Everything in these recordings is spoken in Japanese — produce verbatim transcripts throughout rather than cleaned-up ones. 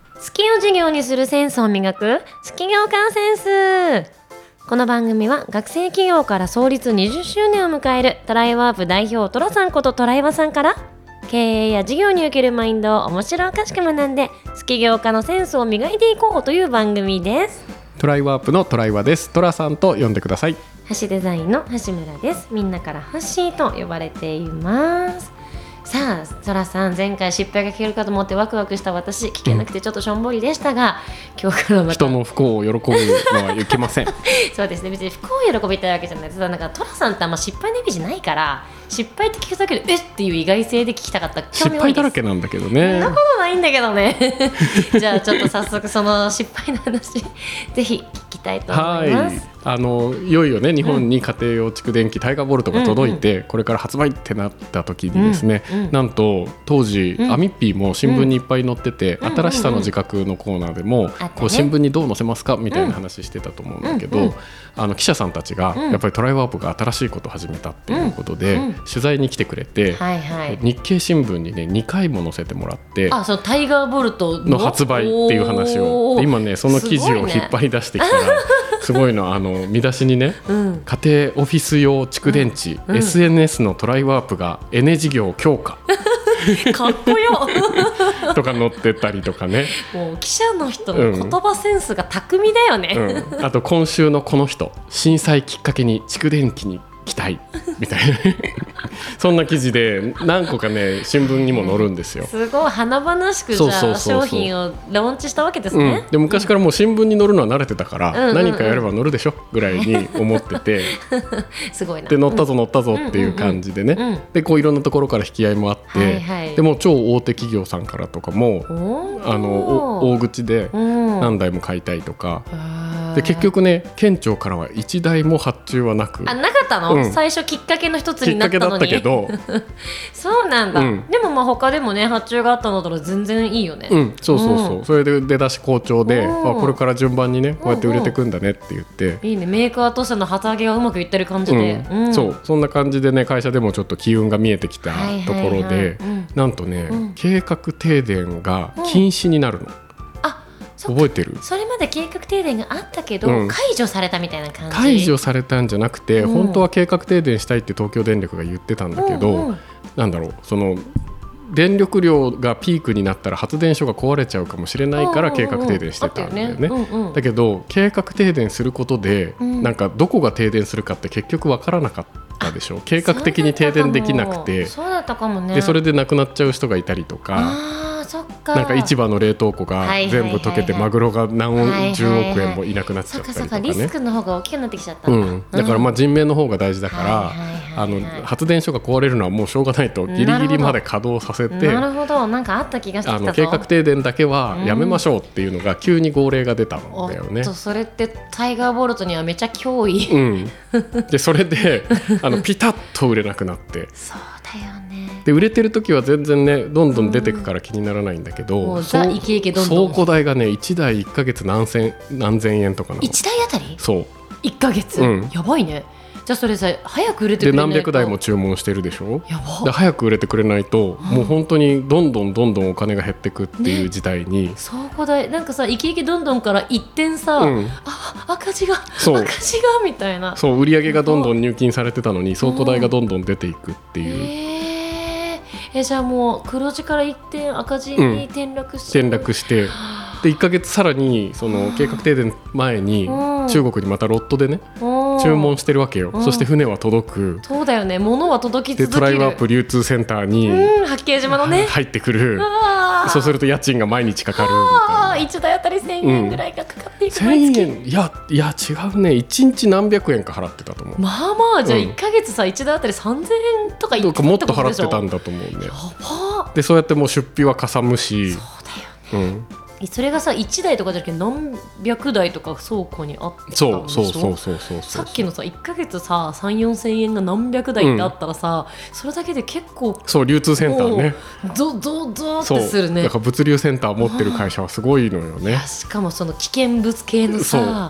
スキを授業にするセンスを磨くスキ業界センス。この番組は学生企業から創立にじゅっしゅうねんを迎えるトライワープ代表トラさんことトライワさんから経営や事業におけるマインドを面白おかしく学んでスキ業界のセンスを磨いていこうという番組です。 トライワープのトライワです。トラさんと呼んでください。 橋デザインの橋村です。みんなからハッシーと呼ばれています。さあトラさん、前回失敗が聞けるかと思ってワクワクした私、聞けなくてちょっとしょんぼりでしたが、うん、今日からまた人の不幸を喜ぶのはいけませんそうですね、別に不幸を喜びたいわけじゃないです。なんかトラさんってあんま失敗のイメージないから、失敗って聞くだけでえっていう意外性で聞きたかった。 失敗だらけなんだけどね。 そんなことないんだけどねじゃあちょっと早速その失敗の話ぜひ聞きたいと思います。 はい、あのいよいよね、日本に家庭用蓄電器タイガーボルトが届いて、うんうん、これから発売ってなった時にですね、うんうん、なんと当時、うん、アミッピーも新聞にいっぱい載ってて、うん、新しさの自覚のコーナーでも、うんうんうん、こう新聞にどう載せますかみたいな話してたと思うんだけど、うんうんうん、あの記者さんたちが、うん、やっぱりトライワープが新しいことを始めたっていうことで、うんうん、取材に来てくれて、はいはい、日経新聞にねにかいも載せてもらって、 あ、そのタイガーボルト の, の発売っていう話を今ね、その記事を引っ張り出してきたらすごいの、あの見出しにね、うん、家庭オフィス用蓄電池、うんうん、エスエヌエス のトライワープがエネ事業強化かっこよとか載ってたりとかね、 もう記者の人の言葉センスが巧みだよね、 うんうん、あと今週のこの人、震災きっかけに蓄電器に期待みたいなそんな記事で何個かね新聞にも載るんですよ。 すごい華々しくじゃあ商品をローンチしたわけですね、 うん、で昔からもう新聞に載るのは慣れてたから、うん、何かやれば載るでしょぐらいに思っててすごいな。 で載ったぞ載ったぞっていう感じでね、うんうんうん、でこういろんなところから引き合いもあって、はいはい、でも超大手企業さんからとかもあの大口で何台も買いたいとかで、結局ね県庁からはいちだいも発注はなく、 あ、なかったの、うん、最初きっかけの一つになったのに。 きっかけだったけどそうなんだ、うん、でもまあ他でもね発注があったのだら全然いいよね、 うん、そうそうそう、うん、それで出だし好調で、あ、これから順番にねこうやって売れてくんだねって言って、うんうん、いいね、メーカーとしての旗揚げがうまくいってる感じで、 うんうん、そうそんな感じでね、会社でもちょっと機運が見えてきたところで、はいはいはい、うん、なんとね、うん、計画停電が禁止になるの、うん、覚えてる？ それまで計画停電があったけど、うん、解除されたみたいな感じ。 解除されたんじゃなくて、うん、本当は計画停電したいって東京電力が言ってたんだけど、うんうん、なんだろう、その電力量がピークになったら発電所が壊れちゃうかもしれないから計画停電してたんだよね、うんうんうん、だけど計画停電することで、うん、なんかどこが停電するかって結局分からなかったでしょ。計画的に停電できなくて、 そうだったかもね。 でそれで亡くなっちゃう人がいたりとか、 そっか、 なんか市場の冷凍庫が全部溶けてマグロが何十億円もいなくなっちゃったりとかね、 そっかそっか、リスクの方が大きくなってきちゃったんだ、 うん、だからまあ人命の方が大事だから、はいはいはいはい、あの発電所が壊れるのはもうしょうがないとギリギリまで稼働させて、 なるほど、なんかあった気がしてきたぞ。 あの計画停電だけはやめましょうっていうのが急に号令が出たんだよね、 うん、それってタイガーボルトにはめちゃ脅威、 うん、でそれであのピタッと売れなくなってそうだよね。 で売れてる時は全然ねどんどん出てくから気にならないんだけど、うん、 もうザイケイケどんどん倉庫代がねいちだいいっかげつ何千何千円とかなの。 いちだいあたり？ そういっかげつ、うん、やばいね。じゃあそれさ早く売れてくれないと。 で何百台も注文してるでしょ。 やば。 で早く売れてくれないと、うん、もう本当にどんどんどんどんお金が減ってくっていう時代に、 ね、倉庫代なんかさイケイケどんどんから一点さ、うん、あ赤字が赤字がみたいな。 そう売り上げがどんどん入金されてたのに倉庫代がどんどん出ていくっていう、うん、 えー、えじゃあもう黒字から一点赤字に転落して、 うん、転落してでいっかげつさらにその計画停電前に中国にまたロットでね注文してるわけよ、うん、そして船は届く。 そうだよね、物は届き続ける。 でトライワープ流通センターに、 うん、八景島のね入ってくる。そうすると家賃が毎日かかるみたいな。 いちだいあたりせんえんぐらいがかかっていく、 うん、せんえんいやいや違うね、いちにち何百円か払ってたと思う。 まあまあじゃあいっかげつさ、うん、いちだいあたりさんぜんえんとかいってたってことでしょ。 もっと払ってたんだと思うね。 やば。 でそうやってもう出費はかさむし。 そうだよね、うん、それがさいちだいとかじゃなくて何百台とか倉庫にあったんでしょ。 そうそうそうそうそう。 さっきのさいっかげつささん、よんせんえんが何百台ってあったらさ、うん、それだけで結構そう流通センターねゾゾゾってするね。 だから物流センター持ってる会社はすごいのよね。 いやしかもその危険物系のさ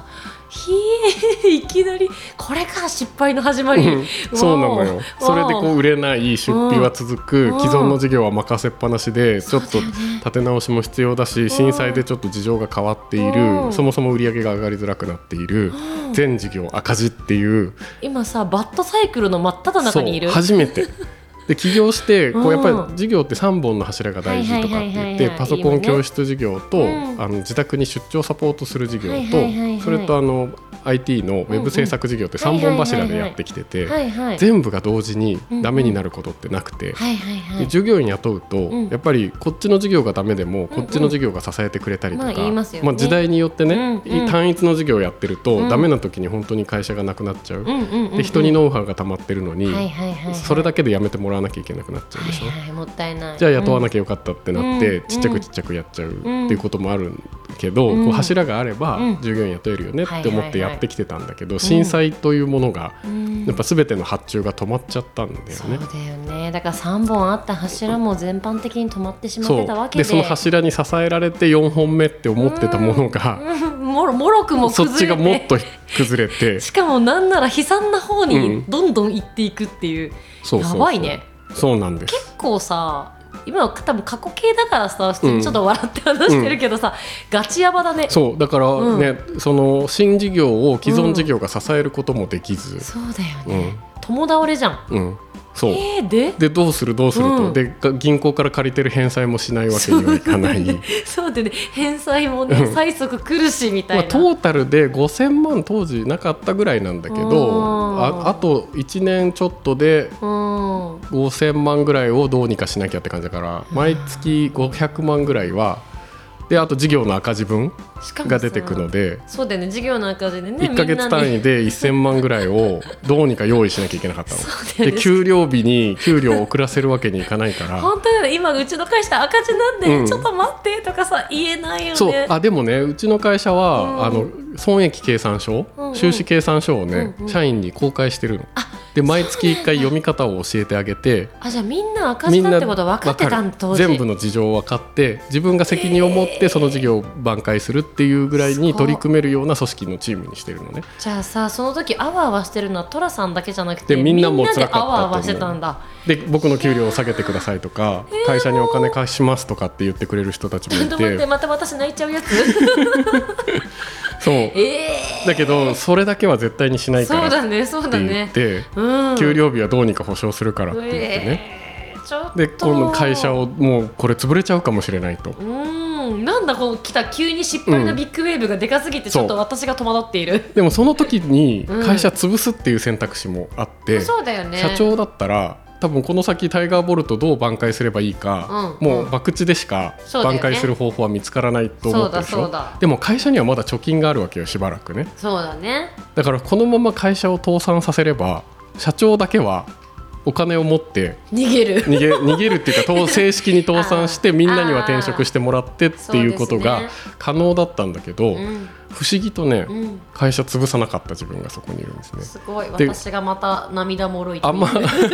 ひえいきなりこれが失敗の始まり、うん、 そうなのよ。それでこう売れない出費は続く、既存の事業は任せっぱなしでちょっと立て直しも必要だし、震災でちょっと事情が変わっている、そもそも売り上げが上がりづらくなっている、全事業赤字っていう、 今さバッドサイクルの真っ只中にいる。 そう初めてで起業してこうやっぱり事業ってさんぼんの柱が大事とかって言ってパソコン教室事業と、あの自宅に出張サポートする事業と、それとあの アイティー のウェブ制作事業ってさんぼん柱でやってきてて、全部が同時にダメになることってなくて、で従業員雇うとやっぱりこっちの事業がダメでもこっちの事業が支えてくれたりとか、まあ時代によってね単一の事業をやってるとダメな時に本当に会社がなくなっちゃう。で人にノウハウが溜まってるのにそれだけでやめてもらわなきゃいけなくなっちゃうでしょ、 はいはい、もったいない。 じゃあ雇わなきゃよかったってなって、うん、ちっちゃくちっちゃくやっちゃうっていうこともあるけど、うん、こう柱があれば従業員雇えるよねって思ってやってきてたんだけど、震災というものがやっぱ全ての発注が止まっちゃったんだよね。 そうだよね。だからさんぼんあった柱も全般的に止まってしまってたわけで、 そうでその柱に支えられてよんほんめって思ってたものが、 うん、もろもろくも崩れて、 そっちがもっと崩れてしかもなんなら悲惨な方にどんどん行っていくっていう、うん、やばいね。 そうなんです。 結構さ今は多分過去形だからさちょっと笑って話してるけどさ、うん、ガチヤバだね。 そうだからね、うん、その新事業を既存事業が支えることもできず、うん、 そうだよね、うん、共倒れじゃん、 うん、そう、 えー、ででどうするどうすると、うん、で銀行から借りてる返済もしないわけにはいかないそうでね、返済もね、うん、催促来るしみたいな、 まあ、トータルでごせんまん当時なかったぐらいなんだけど、あ, あといちねんちょっとでごせんまんぐらいをどうにかしなきゃって感じだから、毎月ごひゃくまんぐらいはで、あと事業の赤字分が出てくので、 そうだよね、事業の赤字でね、 いっかげつ単位でせんまんぐらいをどうにか用意しなきゃいけなかったのそうだよね、 で給料日に給料を遅らせるわけにいかないから本当だよね、今うちの会社赤字なんで、うん、ちょっと待ってとかさ言えないよね。 そう、あでもね、うちの会社は、うん、あの損益計算書、うんうん、収支計算書をね、うんうん、社員に公開してるの。あで毎月いっかい読み方を教えてあげて、 あじゃあみんな赤字だってこと分かってたん当時。 全部の事情を分かって自分が責任を持ってその事業を挽回するっていうぐらいに取り組めるような組織のチームにしてるのね。 じゃあさ、その時あわあわしてるのはトラさんだけじゃなくてみんなも辛かったと思う。 みんなであわあわしてたんだ。 で僕の給料を下げてくださいとか、会社にお金貸しますとかって言ってくれる人たちもいて、 ちょっと待って、また私泣いちゃうやつそう、 えー、 だけどそれだけは絶対にしないからって言って、 そうだね、そうだね、 うん、給料日はどうにか保証するからって言ってね、えー、ちょっとでこの会社をもうこれ潰れちゃうかもしれないと、 うん、なんだこの来た急に失敗のビッグウェーブがでかすぎてちょっと私が戸惑っている、 うん、でもその時に会社潰すっていう選択肢もあって、うん、 そうだよね、 社長だったら多分この先タイガーボルトどう挽回すればいいか、うん、もう博打でしか挽回する方法は見つからないと思ってるでしょ。そうだそうだ。でも会社にはまだ貯金があるわけよ、しばらくね。 そうだね。 だからこのまま会社を倒産させれば社長だけはお金を持って逃げる逃げ、逃げるっていうか正式に倒産してみんなには転職してもらってっていうことが可能だったんだけど、うん、不思議とね、うん、会社潰さなかった自分がそこにいるんですね。 すごい、私がまた涙もろいと甘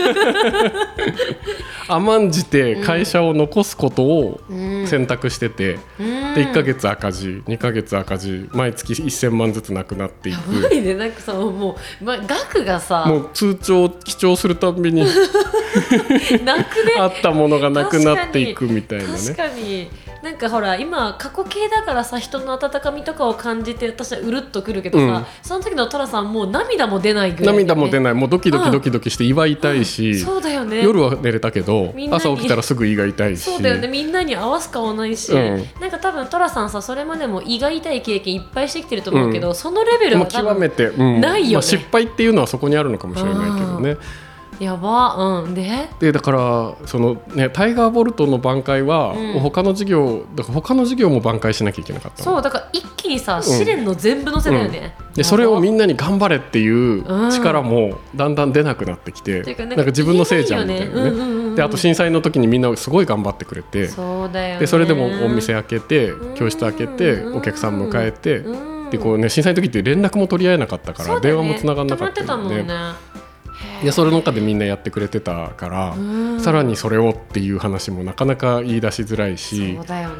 甘んじて会社を残すことを選択してて、うん、でいっかげつ赤字にかげつ赤字毎月せんまんずつなくなっていく。 やばいね、なんかさもう、ま、額がさもう通帳記帳するたびになくねあったものがなくなっていくみたいなね。 確かになんかほら今過去形だからさ、人の温かみとかを感じて私はうるっとくるけどさ、うん、その時のトラさんもう涙も出ないぐらい、ね、 涙も出ない、もうドキドキドキドキして胃は痛いし、 うん、そうだよね、 夜は寝れたけど朝起きたらすぐ胃が痛いし、 そうだよね、みんなに合わす顔ないし、うん、なんか多分トラさんさそれまでも胃が痛い経験いっぱいしてきてると思うけど、うん、そのレベルは多分極めて、うん、 ないよね、 まあ、失敗っていうのはそこにあるのかもしれないけどね。 やば、うん、ででだからその、ね、タイガーボルトの挽回は、うん、他の事業だから他の事業も挽回しなきゃいけなかったの。 そうだから一気にさ、うん、試練の全部のせだよね、 うん、でそれをみんなに頑張れっていう力もだんだん出なくなってきて、うん、なんか自分のせいじゃんみたいなね、うんうんうんうん、であと震災の時にみんなすごい頑張ってくれて、 そうだよね、 でそれでもお店開けて教室開けてお客さん迎えて、うん、でこうね、震災の時って連絡も取り合えなかったから、ね、電話もつながんなかったので、でそれの中でみんなやってくれてたから、さらにそれをっていう話もなかなか言い出しづらいし、 そうだよね、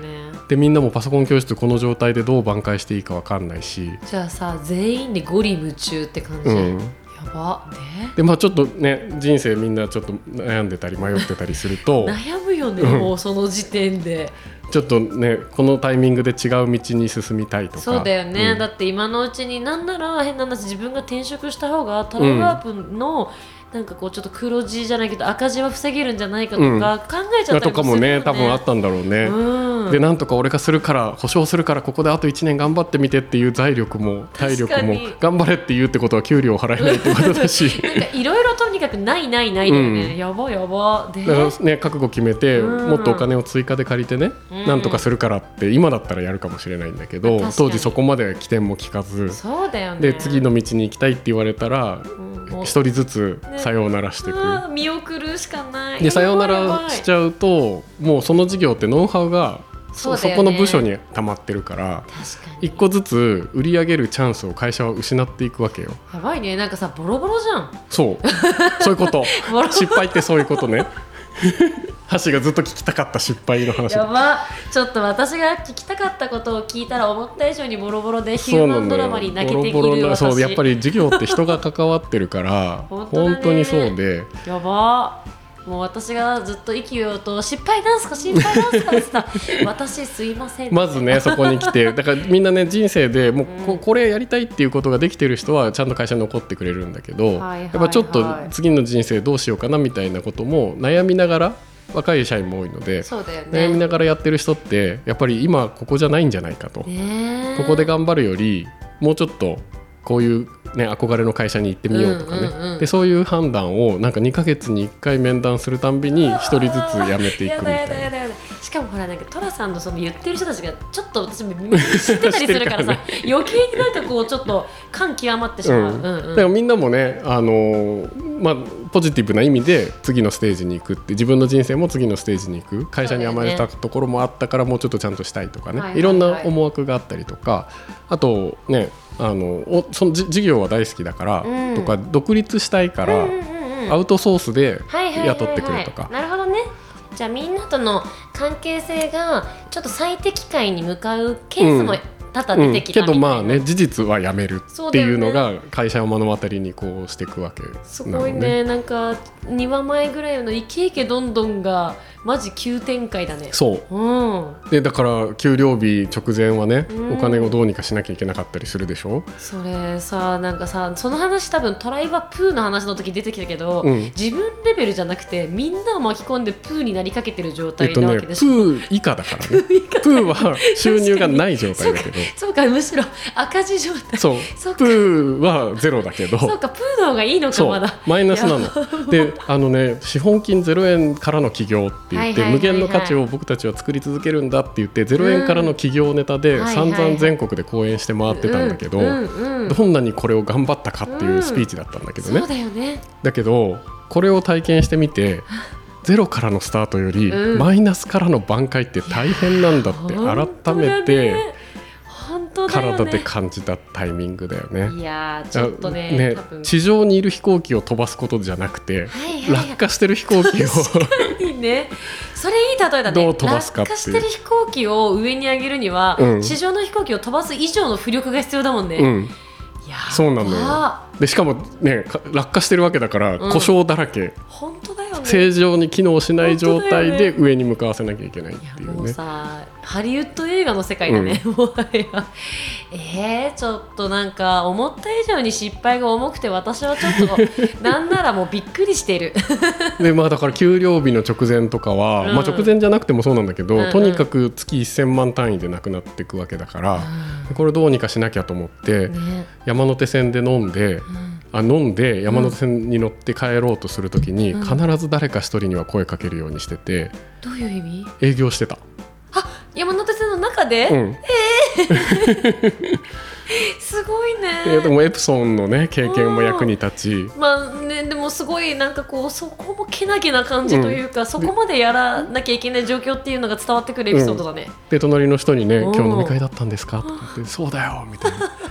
でみんなもパソコン教室この状態でどう挽回していいか分かんないし、 じゃあさ全員でゴリ夢中って感じ、うん、やばね。 でまあちょっとね人生みんなちょっと悩んでたり迷ってたりすると悩むよね、うん、もうその時点でちょっとねこのタイミングで違う道に進みたいとか。 そうだよね、うん、だって今のうちになんなら変な話自分が転職した方がトライワープの、うん、なんかこうちょっと黒字じゃないけど赤字は防げるんじゃないかとか考えちゃったりもするよね、 とかもね多分あったんだろうね、うん、でなんとか俺がするから保証するからここであといちねん頑張ってみてっていう財力も体力も頑張れって言うってことは給料を払えないってことだしなんかいろいろとにかくないないないだよね、うん、やばやばでだからね覚悟決めて、うん、もっとお金を追加で借りてね、うん、なんとかするからって今だったらやるかもしれないんだけど、当時そこまで起点も聞かず、 そうだよね、 で次の道に行きたいって言われたら一、うん、人ずつさようならしていく、ね、 見送るしかない。 でさようならしちゃうともうその事業ってノウハウが そ, そこの部署に溜まってるから一個ずつ売り上げるチャンスを会社は失っていくわけよ。 やばいね、なんかさボロボロじゃん。 そうそういうこと失敗ってそういうことね橋がずっと聞きたかった失敗の話。 やば、ちょっと私が聞きたかったことを聞いたら思った以上にボロボロでヒューマンドラマに泣けているボロボロな、 私。 そうやっぱり事業って人が関わってるから本, 本当にそうで、 やば、もう私がずっと息をと失敗なんすか心配なんすかって言った私すいません、 まずねそこに来てだからみんなね人生でもう こ,、うん、これやりたいっていうことができてる人はちゃんと会社に残ってくれるんだけど、はいはいはい、やっぱちょっと次の人生どうしようかなみたいなことも悩みながら、若い社員も多いので、 そうだよね、 悩みながらやってる人ってやっぱり今ここじゃないんじゃないかと、ここで頑張るよりもうちょっとこういう、ね、憧れの会社に行ってみようとかね、うんうんうん、でそういう判断をなんかにかげつにいっかい面談するたんびにひとりずつ辞めていくみたいな。やだやだやだ、しかもほらなんかトラさんのその言ってる人たちがちょっと私も知ってたりするからさね、余計になんかこうちょっと感極まってしまう、うんうんうん、 だからみんなもね、あのーまあ、ポジティブな意味で次のステージに行くって自分の人生も次のステージに行く、会社に甘えたところもあったからもうちょっとちゃんとしたいとかね、はいはいはい、いろんな思惑があったりとか、あとねあのおその事業は大好きだから、うん、とか独立したいから、うんうんうん、アウトソースで雇ってくるとか、 なるほどね。じゃあみんなとの関係性がちょっと最適解に向かうケースも、うん多々出てきたみたいな、 うん、けどまあね事実はやめるっていうのが会社を目の当たりにこうしていくわけなのね。 すごいね、なんかにわまえぐらいのイケイケどんどんがマジ急展開だね。 そう、うん、でだから給料日直前はね、うん、お金をどうにかしなきゃいけなかったりするでしょ。 それさ、なんかさその話多分トライバプーの話の時出てきたけど、うん、自分レベルじゃなくてみんなを巻き込んでプーになりかけてる状態なわけでしょ、 えっとね、プー以下だからねプーは収入がない状態だけどそうか、むしろ赤字状態。 そうそうプーはゼロだけど、 そうか、プーの方がいいのか。まだマイナスなので、あのね資本金ゼロえんからの起業って言って、はいはいはいはい、無限の価値を僕たちは作り続けるんだって言ってゼロえんからの起業ネタで散々全国で講演して回ってたんだけど、どんなにこれを頑張ったかっていうスピーチだったんだけどね、 そうだよね。 だけどこれを体験してみてゼロからのスタートより、うん、マイナスからの挽回って大変なんだって改めて体で感じたタイミングだよね。 いやーちょっと ね, ね地上にいる飛行機を飛ばすことじゃなくて、はいはいはい、落下してる飛行機を確かにね、それいい例えだね。 どう飛ばすかっていう、 落下してる飛行機を上に上げるには、うん、地上の飛行機を飛ばす以上の浮力が必要だもんね、うん、いやそうなのよ。でしかもね落下してるわけだから故障だらけ、うん、 本当だよね。 正常に機能しない状態で上に向かわせなきゃいけないっていうね。いやもうさハリウッド映画の世界だね、うん、もはやえー、ちょっとなんか思った以上に失敗が重くて私はちょっとなんならもうびっくりしているで、まあ、だから給料日の直前とかは、うんまあ、直前じゃなくてもそうなんだけど、うんうん、とにかく月せんまん単位でなくなっていくわけだから、うん、これどうにかしなきゃと思って、ね、山手線で飲んで、うんあ飲んで山手線に乗って帰ろうとするときに、うん、必ず誰か一人には声かけるようにしてて。 どういう意味？ 営業してた。 あ、山手線の中で、うん、えー、すごいね。 でもエプソンの、ね、経験も役に立ち、 まあね、でもすごいなんかこうそこもけなげな感じというか、うん、そこまでやらなきゃいけない状況っていうのが伝わってくるエピソードだね、 うん、で隣の人にね今日飲み会だったんですかって言ってそうだよみたいな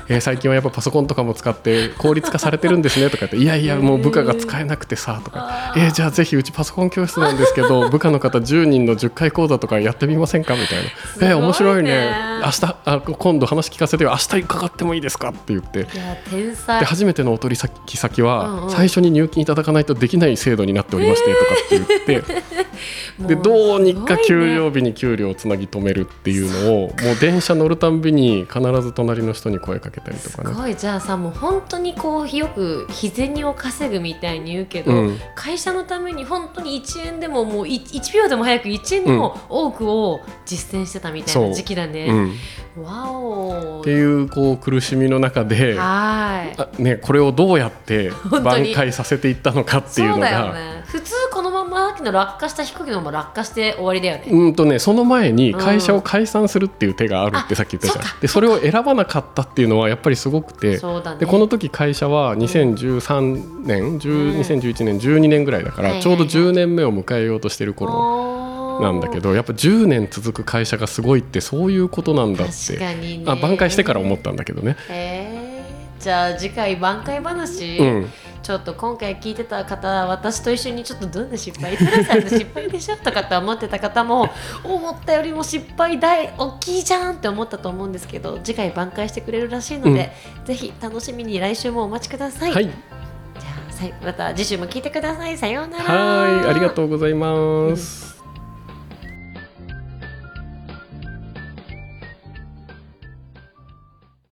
えー、最近はやっぱパソコンとかも使って効率化されてるんですねとか言っていやいやもう部下が使えなくてさとか、えー、じゃあぜひうちパソコン教室なんですけど部下の方じゅうにんのじゅっかい講座とかやってみませんかみたいな、えー、面白いね、明日あ今度話聞かせてよ、明日伺ってもいいですかって言って、 いや天才で初めてのお取引先は、 うんうん、 最初に入金いただかないとできない制度になっておりましてとかって言って、でどうにか給料日に給料をつなぎ止めるっていうのを、もう電車乗るたんびに必ず隣の人に声かけたりとかね。 すごい。じゃあさ、もう本当にこうよく日銭を稼ぐみたいに言うけど、うん、会社のために本当にいちえんでももういちびょうでも早くいちえんでも多くを実践してたみたいな時期だね、うん、わおっていうこう苦しみの中で、 はいあ、ね、これをどうやって挽回させていったのかっていうのが、 そうだよね。普通このままの落下した飛行機のまま落下して終わりだよね。 うんとね、その前に会社を解散するっていう手があるってさっき言ったじゃん、うん、でそれを選ばなかったっていうのはやっぱりすごくて、 そうだね、 でこの時会社はにせんじゅうさんねん、うん、にせんじゅういちねんじゅうにねんぐらいだから、うん、ちょうどじゅうねんめを迎えようとしてる頃なんだけど、やっぱじゅうねん続く会社がすごいってそういうことなんだって、 確かにね、 あ挽回してから思ったんだけどね。 へー、じゃあ次回挽回話、うん、ちょっと今回聞いてた方、私と一緒にちょっとどんな失敗、トラさんの失敗でしょとかって思ってた方も思ったよりも失敗大大きいじゃんって思ったと思うんですけど、次回挽回してくれるらしいので、うん、ぜひ楽しみに来週もお待ちください。はい、じゃあまた次週も聞いてください。さようなら。 はい、ありがとうございます。